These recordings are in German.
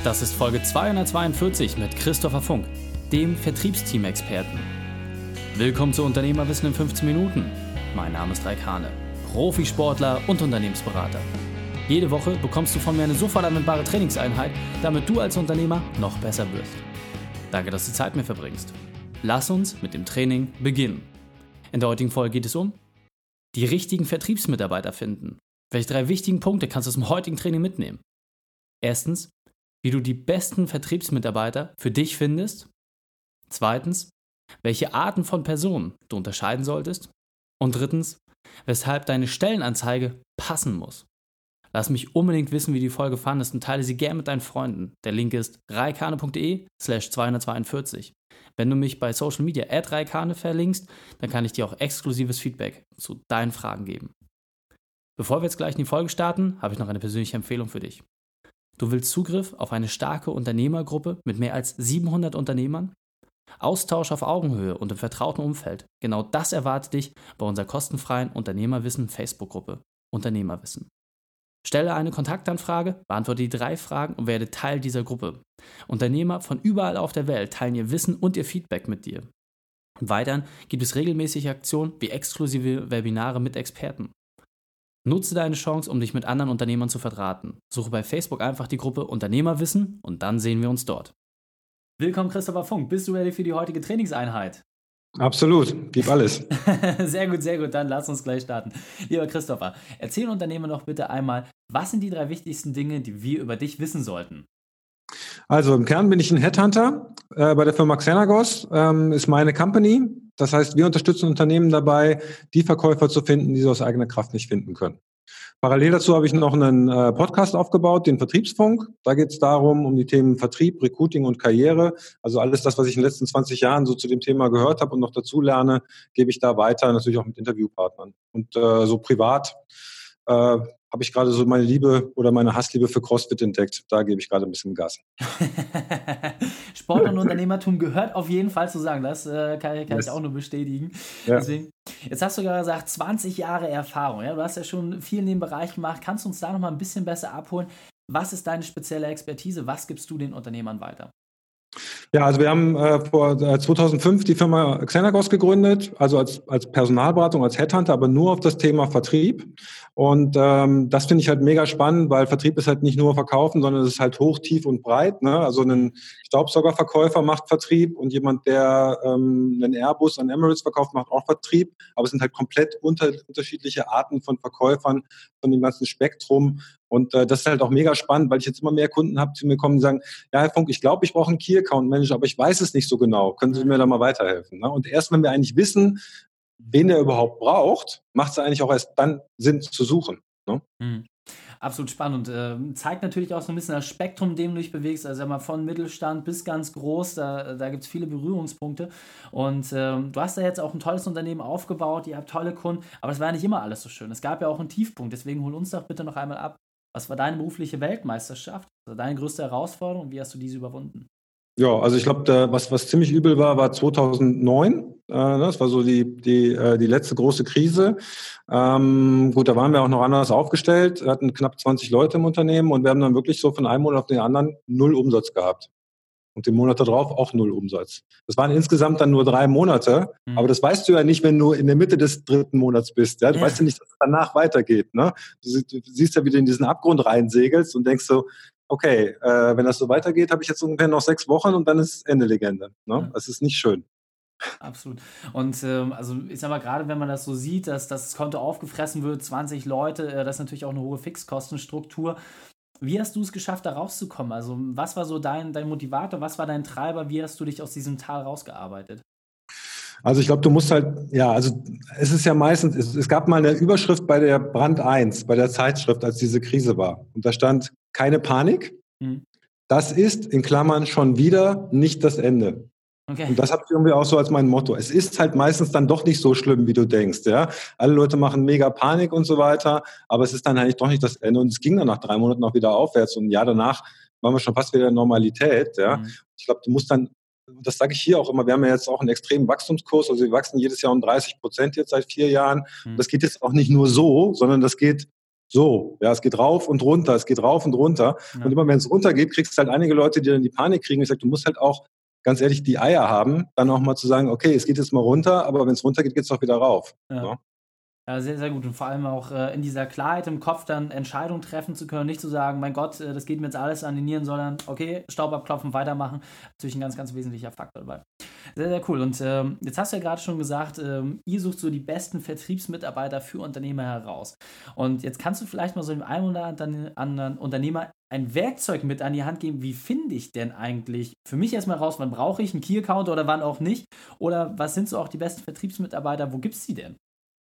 Das ist Folge 242 mit Christopher Funk, dem Vertriebsteam-Experten. Willkommen zu Unternehmerwissen in 15 Minuten. Mein Name ist Raik Hane, Profisportler und Unternehmensberater. Jede Woche bekommst du von mir eine sofort anwendbare Trainingseinheit, damit du als Unternehmer noch besser wirst. Danke, dass du Zeit mit mir verbringst. Lass uns mit dem Training beginnen. In der heutigen Folge geht es um die richtigen Vertriebsmitarbeiter finden. Welche 3 wichtigen Punkte kannst du aus dem heutigen Training mitnehmen? Erstens, wie du die besten Vertriebsmitarbeiter für dich findest. Zweitens, welche Arten von Personen du unterscheiden solltest. Und drittens, weshalb deine Stellenanzeige passen muss. Lass mich unbedingt wissen, wie du die Folge fandest und teile sie gerne mit deinen Freunden. Der Link ist raikane.de/242. Wenn du mich bei Social Media @raikane verlinkst, dann kann ich dir auch exklusives Feedback zu deinen Fragen geben. Bevor wir jetzt gleich in die Folge starten, habe ich noch eine persönliche Empfehlung für dich. Du willst Zugriff auf eine starke Unternehmergruppe mit mehr als 700 Unternehmern? Austausch auf Augenhöhe und im vertrauten Umfeld. Genau das erwartet dich bei unserer kostenfreien Unternehmerwissen Facebook-Gruppe Unternehmerwissen. Stelle eine Kontaktanfrage, beantworte die 3 Fragen und werde Teil dieser Gruppe. Unternehmer von überall auf der Welt teilen ihr Wissen und ihr Feedback mit dir. Weiterhin gibt es regelmäßige Aktionen wie exklusive Webinare mit Experten. Nutze deine Chance, um dich mit anderen Unternehmern zu verdrahten. Suche bei Facebook einfach die Gruppe Unternehmerwissen und dann sehen wir uns dort. Willkommen, Christopher Funk. Bist du ready für die heutige Trainingseinheit? Absolut, gib alles. Sehr gut, dann lass uns gleich starten. Lieber Christopher, erzähl Unternehmer doch bitte einmal, was sind die 3 wichtigsten Dinge, die wir über dich wissen sollten? Also im Kern bin ich ein Headhunter bei der Firma Xenagos, ist meine Company. Das heißt, wir unterstützen Unternehmen dabei, die Verkäufer zu finden, die sie aus eigener Kraft nicht finden können. Parallel dazu habe ich noch einen Podcast aufgebaut, den Vertriebsfunk. Da geht es darum, um die Themen Vertrieb, Recruiting und Karriere. Also alles das, was ich in den letzten 20 Jahren so zu dem Thema gehört habe und noch dazu lerne, gebe ich da weiter, natürlich auch mit Interviewpartnern. Und so privat habe ich gerade so meine Liebe oder meine Hassliebe für CrossFit entdeckt. Da gebe ich gerade ein bisschen Gas. Sport und Unternehmertum gehört auf jeden Fall zusammen. Das kann ich auch nur bestätigen. Ja. Deswegen, jetzt hast du gerade gesagt, 20 Jahre Erfahrung. Ja? Du hast ja schon viel in dem Bereich gemacht. Kannst du uns da noch mal ein bisschen besser abholen? Was ist deine spezielle Expertise? Was gibst du den Unternehmern weiter? Ja, also wir haben vor 2005 die Firma Xenagos gegründet, also als Personalberatung, als Headhunter, aber nur auf das Thema Vertrieb. Und das finde ich halt mega spannend, weil Vertrieb ist halt nicht nur Verkaufen, sondern es ist halt hoch, tief und breit. Ne? Also ein Staubsaugerverkäufer macht Vertrieb und jemand, der einen Airbus an Emirates verkauft, macht auch Vertrieb. Aber es sind halt komplett unterschiedliche Arten von Verkäufern, von dem ganzen Spektrum. Und das ist halt auch mega spannend, weil ich jetzt immer mehr Kunden habe, die mir kommen und sagen, ja, Herr Funk, ich glaube, ich brauche einen Key Account Manager, aber ich weiß es nicht so genau. Können Sie mir da mal weiterhelfen? Ne? Und erst wenn wir eigentlich wissen, wen der überhaupt braucht, macht es eigentlich auch erst dann Sinn zu suchen. Ne? Mhm. Absolut spannend und zeigt natürlich auch so ein bisschen das Spektrum, in dem du dich bewegst. Also mal von Mittelstand bis ganz groß, da gibt es viele Berührungspunkte. Und du hast da jetzt auch ein tolles Unternehmen aufgebaut, ihr habt tolle Kunden, aber es war ja nicht immer alles so schön. Es gab ja auch einen Tiefpunkt, deswegen hol uns doch bitte noch einmal ab. Was war deine berufliche Weltmeisterschaft? Also deine größte Herausforderung und wie hast du diese überwunden? Ja, also ich glaube, was ziemlich übel war 2009. Das war so die letzte große Krise. Gut, da waren wir auch noch anders aufgestellt. Wir hatten knapp 20 Leute im Unternehmen und wir haben dann wirklich so von einem Monat auf den anderen 0 Umsatz gehabt. Und den Monat darauf auch 0 Umsatz. Das waren insgesamt dann nur 3 Monate. Aber das weißt du ja nicht, wenn du in der Mitte des 3. Monats bist. Ja? Du weißt ja nicht, dass es danach weitergeht. Ne? Du siehst ja, wie du in diesen Abgrund reinsegelst und denkst so, okay, wenn das so weitergeht, habe ich jetzt ungefähr noch 6 Wochen und dann ist Ende Legende. Ne? Ja. Das ist nicht schön. Absolut. Und also ich sag mal, gerade wenn man das so sieht, dass das Konto aufgefressen wird, 20 Leute, das ist natürlich auch eine hohe Fixkostenstruktur. Wie hast du es geschafft, da rauszukommen? Also was war so dein Motivator, was war dein Treiber, wie hast du dich aus diesem Tal rausgearbeitet? Also ich glaube, du musst halt, ja, also es ist ja meistens, es gab mal eine Überschrift bei der Brand 1, bei der Zeitschrift, als diese Krise war. Und da stand, keine Panik, das ist in Klammern schon wieder nicht das Ende. Okay. Und das habe ich irgendwie auch so als mein Motto. Es ist halt meistens dann doch nicht so schlimm, wie du denkst. Ja, alle Leute machen mega Panik und so weiter, aber es ist dann eigentlich doch nicht das Ende. Und es ging dann nach 3 Monaten auch wieder aufwärts. Und ein Jahr danach waren wir schon fast wieder in Normalität. Ja, ich glaube, du musst dann, das sage ich hier auch immer, wir haben ja jetzt auch einen extremen Wachstumskurs. Also wir wachsen jedes Jahr um 30% jetzt seit 4 Jahren. Das geht jetzt auch nicht nur so, sondern das geht so. Ja, es geht rauf und runter, es geht rauf und runter. Ja. Und immer wenn es runtergeht, kriegst du halt einige Leute, die dann die Panik kriegen. Ich sage, du musst halt auch ganz ehrlich die Eier haben, dann auch mal zu sagen, okay, es geht jetzt mal runter, aber wenn es runtergeht, geht es auch wieder rauf. Ja. Ja. Ja, sehr, sehr gut. Und vor allem auch in dieser Klarheit im Kopf dann Entscheidungen treffen zu können, nicht zu sagen, mein Gott, das geht mir jetzt alles an die Nieren, sondern okay, Staub abklopfen, weitermachen. Natürlich ein ganz, ganz wesentlicher Faktor dabei. Sehr, sehr cool. Und jetzt hast du ja gerade schon gesagt, ihr sucht so die besten Vertriebsmitarbeiter für Unternehmer heraus. Und jetzt kannst du vielleicht mal so dem einen oder anderen Unternehmer ein Werkzeug mit an die Hand geben. Wie finde ich denn eigentlich für mich erstmal raus, wann brauche ich einen Key-Account oder wann auch nicht? Oder was sind so auch die besten Vertriebsmitarbeiter? Wo gibt es die denn?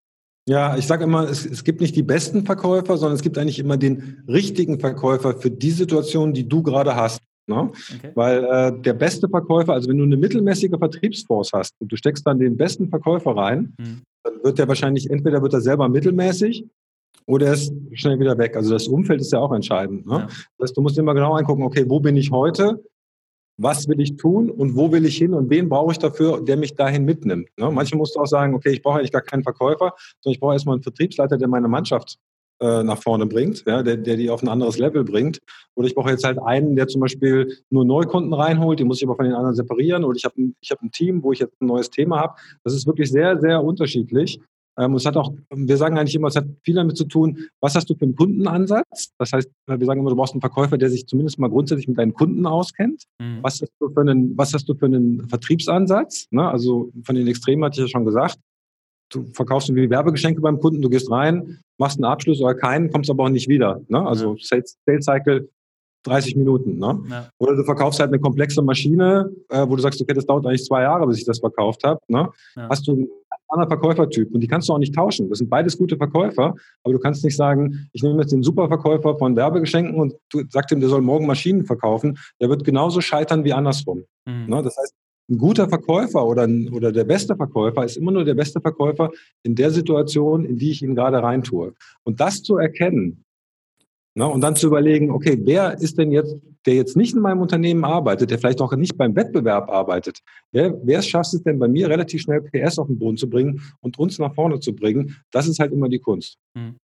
Ja, ich sage immer, es gibt nicht die besten Verkäufer, sondern es gibt eigentlich immer den richtigen Verkäufer für die Situation, die du gerade hast. Ne? Okay. Weil der beste Verkäufer, also wenn du eine mittelmäßige Vertriebsforce hast und du steckst dann den besten Verkäufer rein, dann wird der wahrscheinlich, entweder wird er selber mittelmäßig oder er ist schnell wieder weg. Also das Umfeld ist ja auch entscheidend. Ne? Ja. Das heißt, du musst immer genau angucken, okay, wo bin ich heute? Was will ich tun und wo will ich hin und wen brauche ich dafür, der mich dahin mitnimmt. Ne? Manche musst du auch sagen, okay, ich brauche eigentlich gar keinen Verkäufer, sondern ich brauche erstmal einen Vertriebsleiter, der meine Mannschaft nach vorne bringt, ja, der die auf ein anderes Level bringt. Oder ich brauche jetzt halt einen, der zum Beispiel nur Neukunden reinholt, die muss ich aber von den anderen separieren. Oder ich habe ein Team, wo ich jetzt ein neues Thema habe. Das ist wirklich sehr, sehr unterschiedlich. Es hat auch, wir sagen eigentlich immer, es hat viel damit zu tun, was hast du für einen Kundenansatz? Das heißt, wir sagen immer, du brauchst einen Verkäufer, der sich zumindest mal grundsätzlich mit deinen Kunden auskennt. Was hast du für einen Vertriebsansatz? Ne? Also von den Extremen hatte ich ja schon gesagt. Du verkaufst wie Werbegeschenke beim Kunden, du gehst rein, machst einen Abschluss oder keinen, kommst aber auch nicht wieder. Ne? Also Sales Cycle 30 Minuten. Ne? Ja. Oder du verkaufst halt eine komplexe Maschine, wo du sagst, okay, das dauert eigentlich 2 Jahre, bis ich das verkauft habe. Ne? Ja. Hast du einen anderen Verkäufertyp und die kannst du auch nicht tauschen. Das sind beides gute Verkäufer, aber du kannst nicht sagen, ich nehme jetzt den Superverkäufer von Werbegeschenken und du sagst ihm, der soll morgen Maschinen verkaufen. Der wird genauso scheitern wie andersrum. Ne? Das heißt, ein guter Verkäufer oder der beste Verkäufer ist immer nur der beste Verkäufer in der Situation, in die ich ihn gerade reintue. Und das zu erkennen, ne, und dann zu überlegen, okay, wer ist denn jetzt, der jetzt nicht in meinem Unternehmen arbeitet, der vielleicht auch nicht beim Wettbewerb arbeitet, wer schafft es denn bei mir relativ schnell PS auf den Boden zu bringen und uns nach vorne zu bringen? Das ist halt immer die Kunst.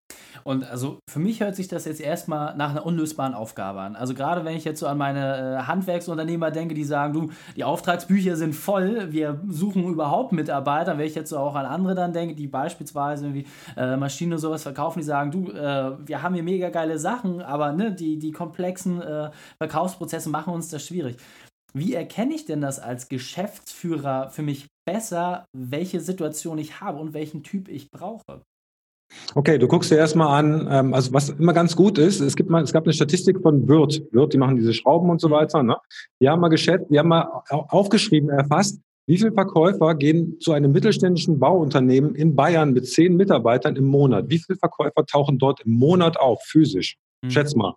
Und also für mich hört sich das jetzt erstmal nach einer unlösbaren Aufgabe an. Also gerade wenn ich jetzt so an meine Handwerksunternehmer denke, die sagen, du, die Auftragsbücher sind voll, wir suchen überhaupt Mitarbeiter. Wenn ich jetzt so auch an andere dann denke, die beispielsweise irgendwie Maschinen oder sowas verkaufen, die sagen, du, wir haben hier mega geile Sachen, aber ne, die komplexen Verkaufsprozesse machen uns das schwierig. Wie erkenne ich denn das als Geschäftsführer für mich besser, welche Situation ich habe und welchen Typ ich brauche? Okay, du guckst dir erstmal an, also was immer ganz gut ist, es gab eine Statistik von Wirth, die machen diese Schrauben und so weiter, ne? Die haben mal aufgeschrieben, erfasst, wie viele Verkäufer gehen zu einem mittelständischen Bauunternehmen in Bayern mit 10 Mitarbeitern im Monat? Wie viele Verkäufer tauchen dort im Monat auf, physisch? Schätz mal.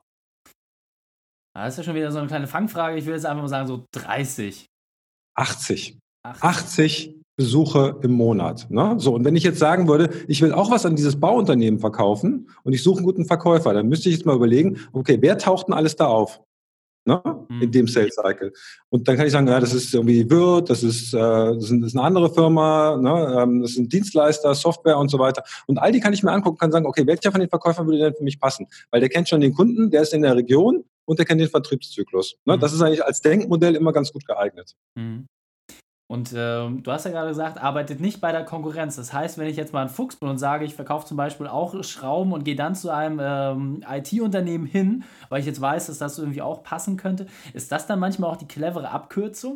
Das ist ja schon wieder so eine kleine Fangfrage, ich will jetzt einfach mal sagen, so 30. 80 Besuche im Monat. Ne? So, und wenn ich jetzt sagen würde, ich will auch was an dieses Bauunternehmen verkaufen und ich suche einen guten Verkäufer, dann müsste ich jetzt mal überlegen, okay, wer taucht denn alles da auf? Ne? In dem Sales Cycle. Und dann kann ich sagen, ja, das ist irgendwie Wirth, das ist eine andere Firma, ne? Das sind Dienstleister, Software und so weiter. Und all die kann ich mir angucken, kann sagen, okay, welcher von den Verkäufern würde denn für mich passen? Weil der kennt schon den Kunden, der ist in der Region und der kennt den Vertriebszyklus. Ne? Das ist eigentlich als Denkmodell immer ganz gut geeignet. Und du hast ja gerade gesagt, arbeitet nicht bei der Konkurrenz. Das heißt, wenn ich jetzt mal ein Fuchs bin und sage, ich verkaufe zum Beispiel auch Schrauben und gehe dann zu einem IT-Unternehmen hin, weil ich jetzt weiß, dass das irgendwie auch passen könnte, ist das dann manchmal auch die clevere Abkürzung?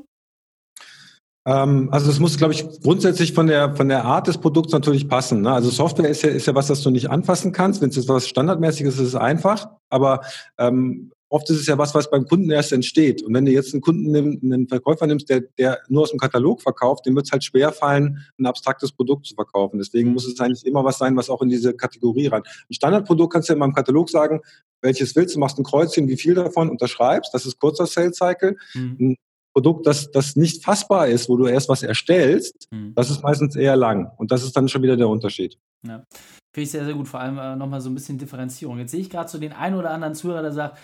Also es muss, glaube ich, grundsätzlich von der Art des Produkts natürlich passen. Ne? Also Software ist ja was, das du nicht anfassen kannst. Wenn es jetzt was Standardmäßiges ist, ist es einfach. Aber oft ist es ja was beim Kunden erst entsteht. Und wenn du jetzt einen Verkäufer nimmst, der nur aus dem Katalog verkauft, dem wird es halt schwer fallen, ein abstraktes Produkt zu verkaufen. Deswegen muss es eigentlich immer was sein, was auch in diese Kategorie rein. Ein Standardprodukt kannst du ja in meinem Katalog sagen, welches willst du, machst ein Kreuzchen, wie viel davon unterschreibst. Das ist kurzer Sales Cycle. Ein Produkt, das nicht fassbar ist, wo du erst was erstellst, das ist meistens eher lang. Und das ist dann schon wieder der Unterschied. Ja. Finde ich sehr, sehr gut. Vor allem nochmal so ein bisschen Differenzierung. Jetzt sehe ich gerade so den einen oder anderen Zuhörer, der sagt,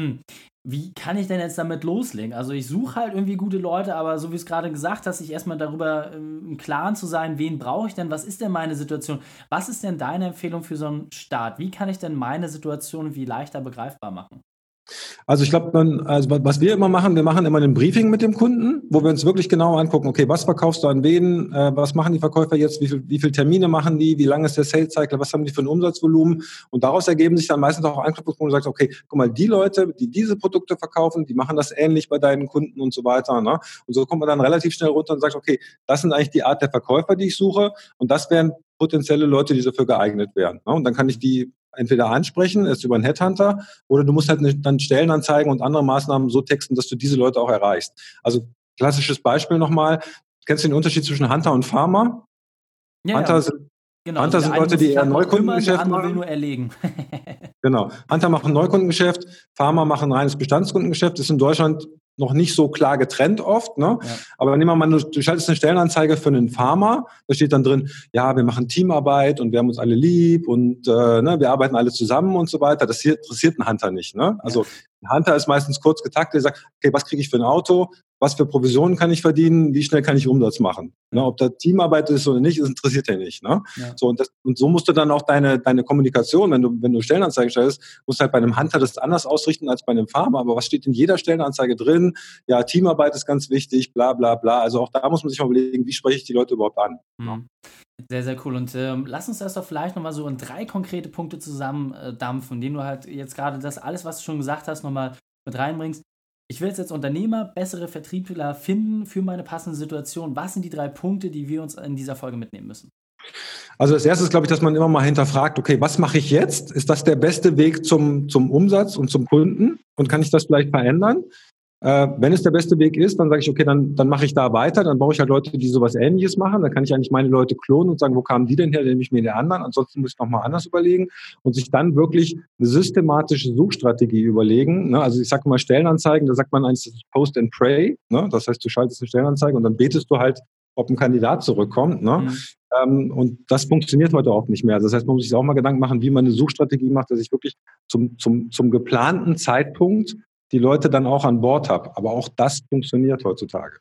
wie kann ich denn jetzt damit loslegen? Also ich suche halt irgendwie gute Leute, aber so wie es gerade gesagt hast, sich erstmal darüber im Klaren zu sein, wen brauche ich denn? Was ist denn meine Situation? Was ist denn deine Empfehlung für so einen Start? Wie kann ich denn meine Situation wie leichter begreifbar machen? Also ich glaube, was wir immer machen, wir machen immer ein Briefing mit dem Kunden, wo wir uns wirklich genau angucken, okay, was verkaufst du an wen, was machen die Verkäufer jetzt, wie viel Termine machen die, wie lang ist der Sales Cycle, was haben die für ein Umsatzvolumen, und daraus ergeben sich dann meistens auch Anknüpfungspunkte, wo du sagst, okay, guck mal, die Leute, die diese Produkte verkaufen, die machen das ähnlich bei deinen Kunden und so weiter, ne? Und so kommt man dann relativ schnell runter und sagt, okay, das sind eigentlich die Art der Verkäufer, die ich suche, und das wären potenzielle Leute, die dafür geeignet wären, ne? Und dann kann ich die entweder ansprechen, ist über einen Headhunter, oder du musst halt dann Stellenanzeigen und andere Maßnahmen so texten, dass du diese Leute auch erreichst. Also klassisches Beispiel nochmal. Kennst du den Unterschied zwischen Hunter und Farmer? Ja, Hunter sind, genau. Hunter Also der sind eine Leute, muss die sich eher halt noch kümmern, der Neukundengeschäft andere will machen. nur erlegen. Genau. Hunter machen Neukundengeschäft, Farmer machen reines Bestandskundengeschäft. Das ist in Deutschland noch nicht so klar getrennt oft, ne? Ja. Aber nehmen wir mal, du schaltest eine Stellenanzeige für einen Farmer, da steht dann drin, ja, wir machen Teamarbeit und wir haben uns alle lieb und ne, wir arbeiten alle zusammen und so weiter. Das hier interessiert einen Hunter nicht, ne? Also ein Hunter ist meistens kurz getaktet, der sagt, okay, was kriege ich für ein Auto? Was für Provisionen kann ich verdienen? Wie schnell kann ich Umsatz machen? Ja. Ne, ob da Teamarbeit ist oder nicht, das interessiert er nicht, ne? Ja. So, und so musst du dann auch deine Kommunikation, wenn du Stellenanzeigen stellst, musst du halt bei einem Hunter das anders ausrichten als bei einem Farmer. Aber was steht in jeder Stellenanzeige drin? Ja, Teamarbeit ist ganz wichtig, bla bla bla. Also auch da muss man sich mal überlegen, wie spreche ich die Leute überhaupt an. Mhm. Sehr, sehr cool. Und lass uns das doch vielleicht nochmal so in 3 konkrete Punkte zusammendampfen, denen du halt jetzt gerade das alles, was du schon gesagt hast, nochmal mit reinbringst. Ich will jetzt als Unternehmer bessere Vertriebler finden für meine passende Situation. Was sind die 3 Punkte, die wir uns in dieser Folge mitnehmen müssen? Also das Erste ist, glaube ich, dass man immer mal hinterfragt, okay, was mache ich jetzt? Ist das der beste Weg zum Umsatz und zum Kunden? Und kann ich das vielleicht verändern? Wenn es der beste Weg ist, dann sage ich, okay, dann mache ich da weiter, dann brauche ich halt Leute, die sowas Ähnliches machen. Dann kann ich eigentlich meine Leute klonen und sagen, wo kamen die denn her? Dann nehme ich mir die anderen. Ansonsten muss ich nochmal anders überlegen und sich dann wirklich eine systematische Suchstrategie überlegen. Ne? Also ich sage mal Stellenanzeigen, da sagt man eigentlich, das ist Post and Pray. Ne? Das heißt, du schaltest eine Stellenanzeige und dann betest du halt, ob ein Kandidat zurückkommt. Ne? Und das funktioniert heute auch nicht mehr. Also das heißt, man muss sich auch mal Gedanken machen, wie man eine Suchstrategie macht, dass ich wirklich zum geplanten Zeitpunkt die Leute dann auch an Bord habe. Aber auch das funktioniert heutzutage.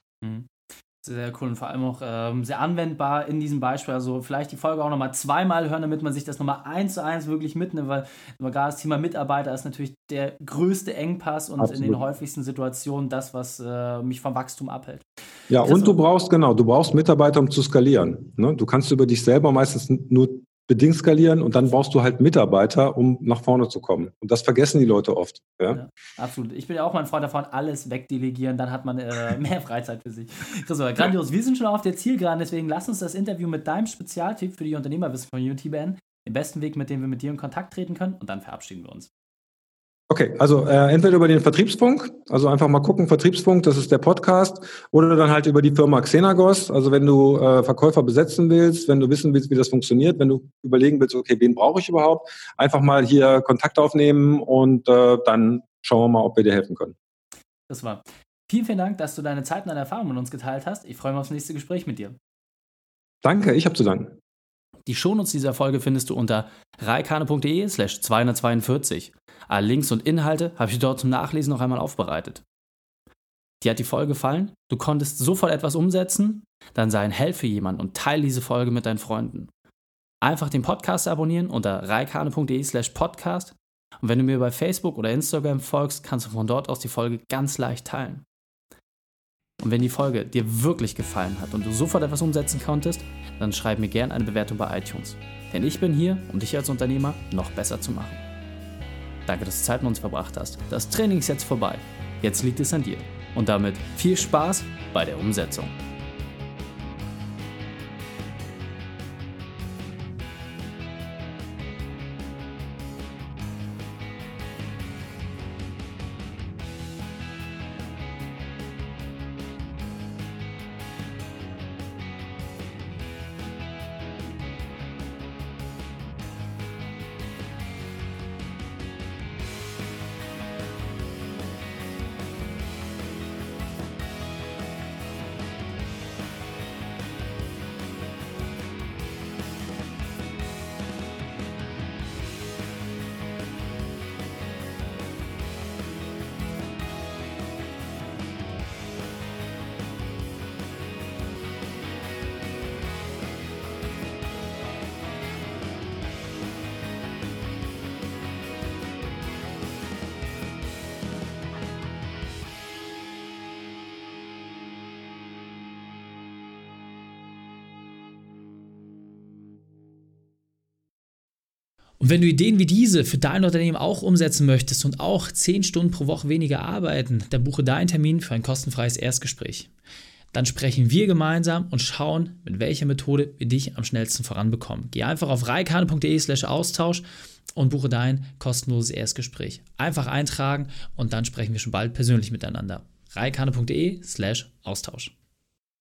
Sehr cool und vor allem auch sehr anwendbar in diesem Beispiel. Also vielleicht die Folge auch nochmal 2-mal hören, damit man sich das nochmal 1:1 wirklich mitnimmt, weil gerade das Thema Mitarbeiter ist natürlich der größte Engpass und Absolut. in den häufigsten Situationen das, was mich vom Wachstum abhält. Ja, und du brauchst Mitarbeiter, um zu skalieren. Ne? Du kannst über dich selber meistens nur bedingt skalieren und dann brauchst du halt Mitarbeiter, um nach vorne zu kommen. Und das vergessen die Leute oft. Ja, absolut. Ich bin ja auch mal ein Freund davon, alles wegdelegieren, dann hat man mehr Freizeit für sich. Christopher, grandios. Wir sind schon auf der Zielgeraden, deswegen lass uns das Interview mit deinem Spezialtipp für die Unternehmerwissen-Community beenden. Den besten Weg, mit dem wir mit dir in Kontakt treten können, und dann verabschieden wir uns. Okay, also entweder über den Vertriebsfunk, also einfach mal gucken, Vertriebsfunk, das ist der Podcast, oder dann halt über die Firma Xenagos. Also wenn du Verkäufer besetzen willst, wenn du wissen willst, wie das funktioniert, wenn du überlegen willst, okay, wen brauche ich überhaupt, einfach mal hier Kontakt aufnehmen und dann schauen wir mal, ob wir dir helfen können. Das war. Vielen, vielen Dank, dass du deine Zeit und deine Erfahrungen mit uns geteilt hast. Ich freue mich aufs nächste Gespräch mit dir. Danke, ich habe zu danken. Die Shownotes dieser Folge findest du unter reikane.de/242. Alle Links und Inhalte habe ich dort zum Nachlesen noch einmal aufbereitet. Dir hat die Folge gefallen? Du konntest sofort etwas umsetzen? Dann sei ein Held für jemanden und teile diese Folge mit deinen Freunden. Einfach den Podcast abonnieren unter reikane.de/podcast, und wenn du mir bei Facebook oder Instagram folgst, kannst du von dort aus die Folge ganz leicht teilen. Und wenn die Folge dir wirklich gefallen hat und du sofort etwas umsetzen konntest, dann schreib mir gerne eine Bewertung bei iTunes. Denn ich bin hier, um dich als Unternehmer noch besser zu machen. Danke, dass du Zeit mit uns verbracht hast. Das Training ist jetzt vorbei. Jetzt liegt es an dir. Und damit viel Spaß bei der Umsetzung. Und wenn du Ideen wie diese für dein Unternehmen auch umsetzen möchtest und auch 10 Stunden pro Woche weniger arbeiten, dann buche deinen Termin für ein kostenfreies Erstgespräch. Dann sprechen wir gemeinsam und schauen, mit welcher Methode wir dich am schnellsten voranbekommen. Geh einfach auf reikane.de/Austausch und buche dein kostenloses Erstgespräch. Einfach eintragen und dann sprechen wir schon bald persönlich miteinander. reikane.de/Austausch.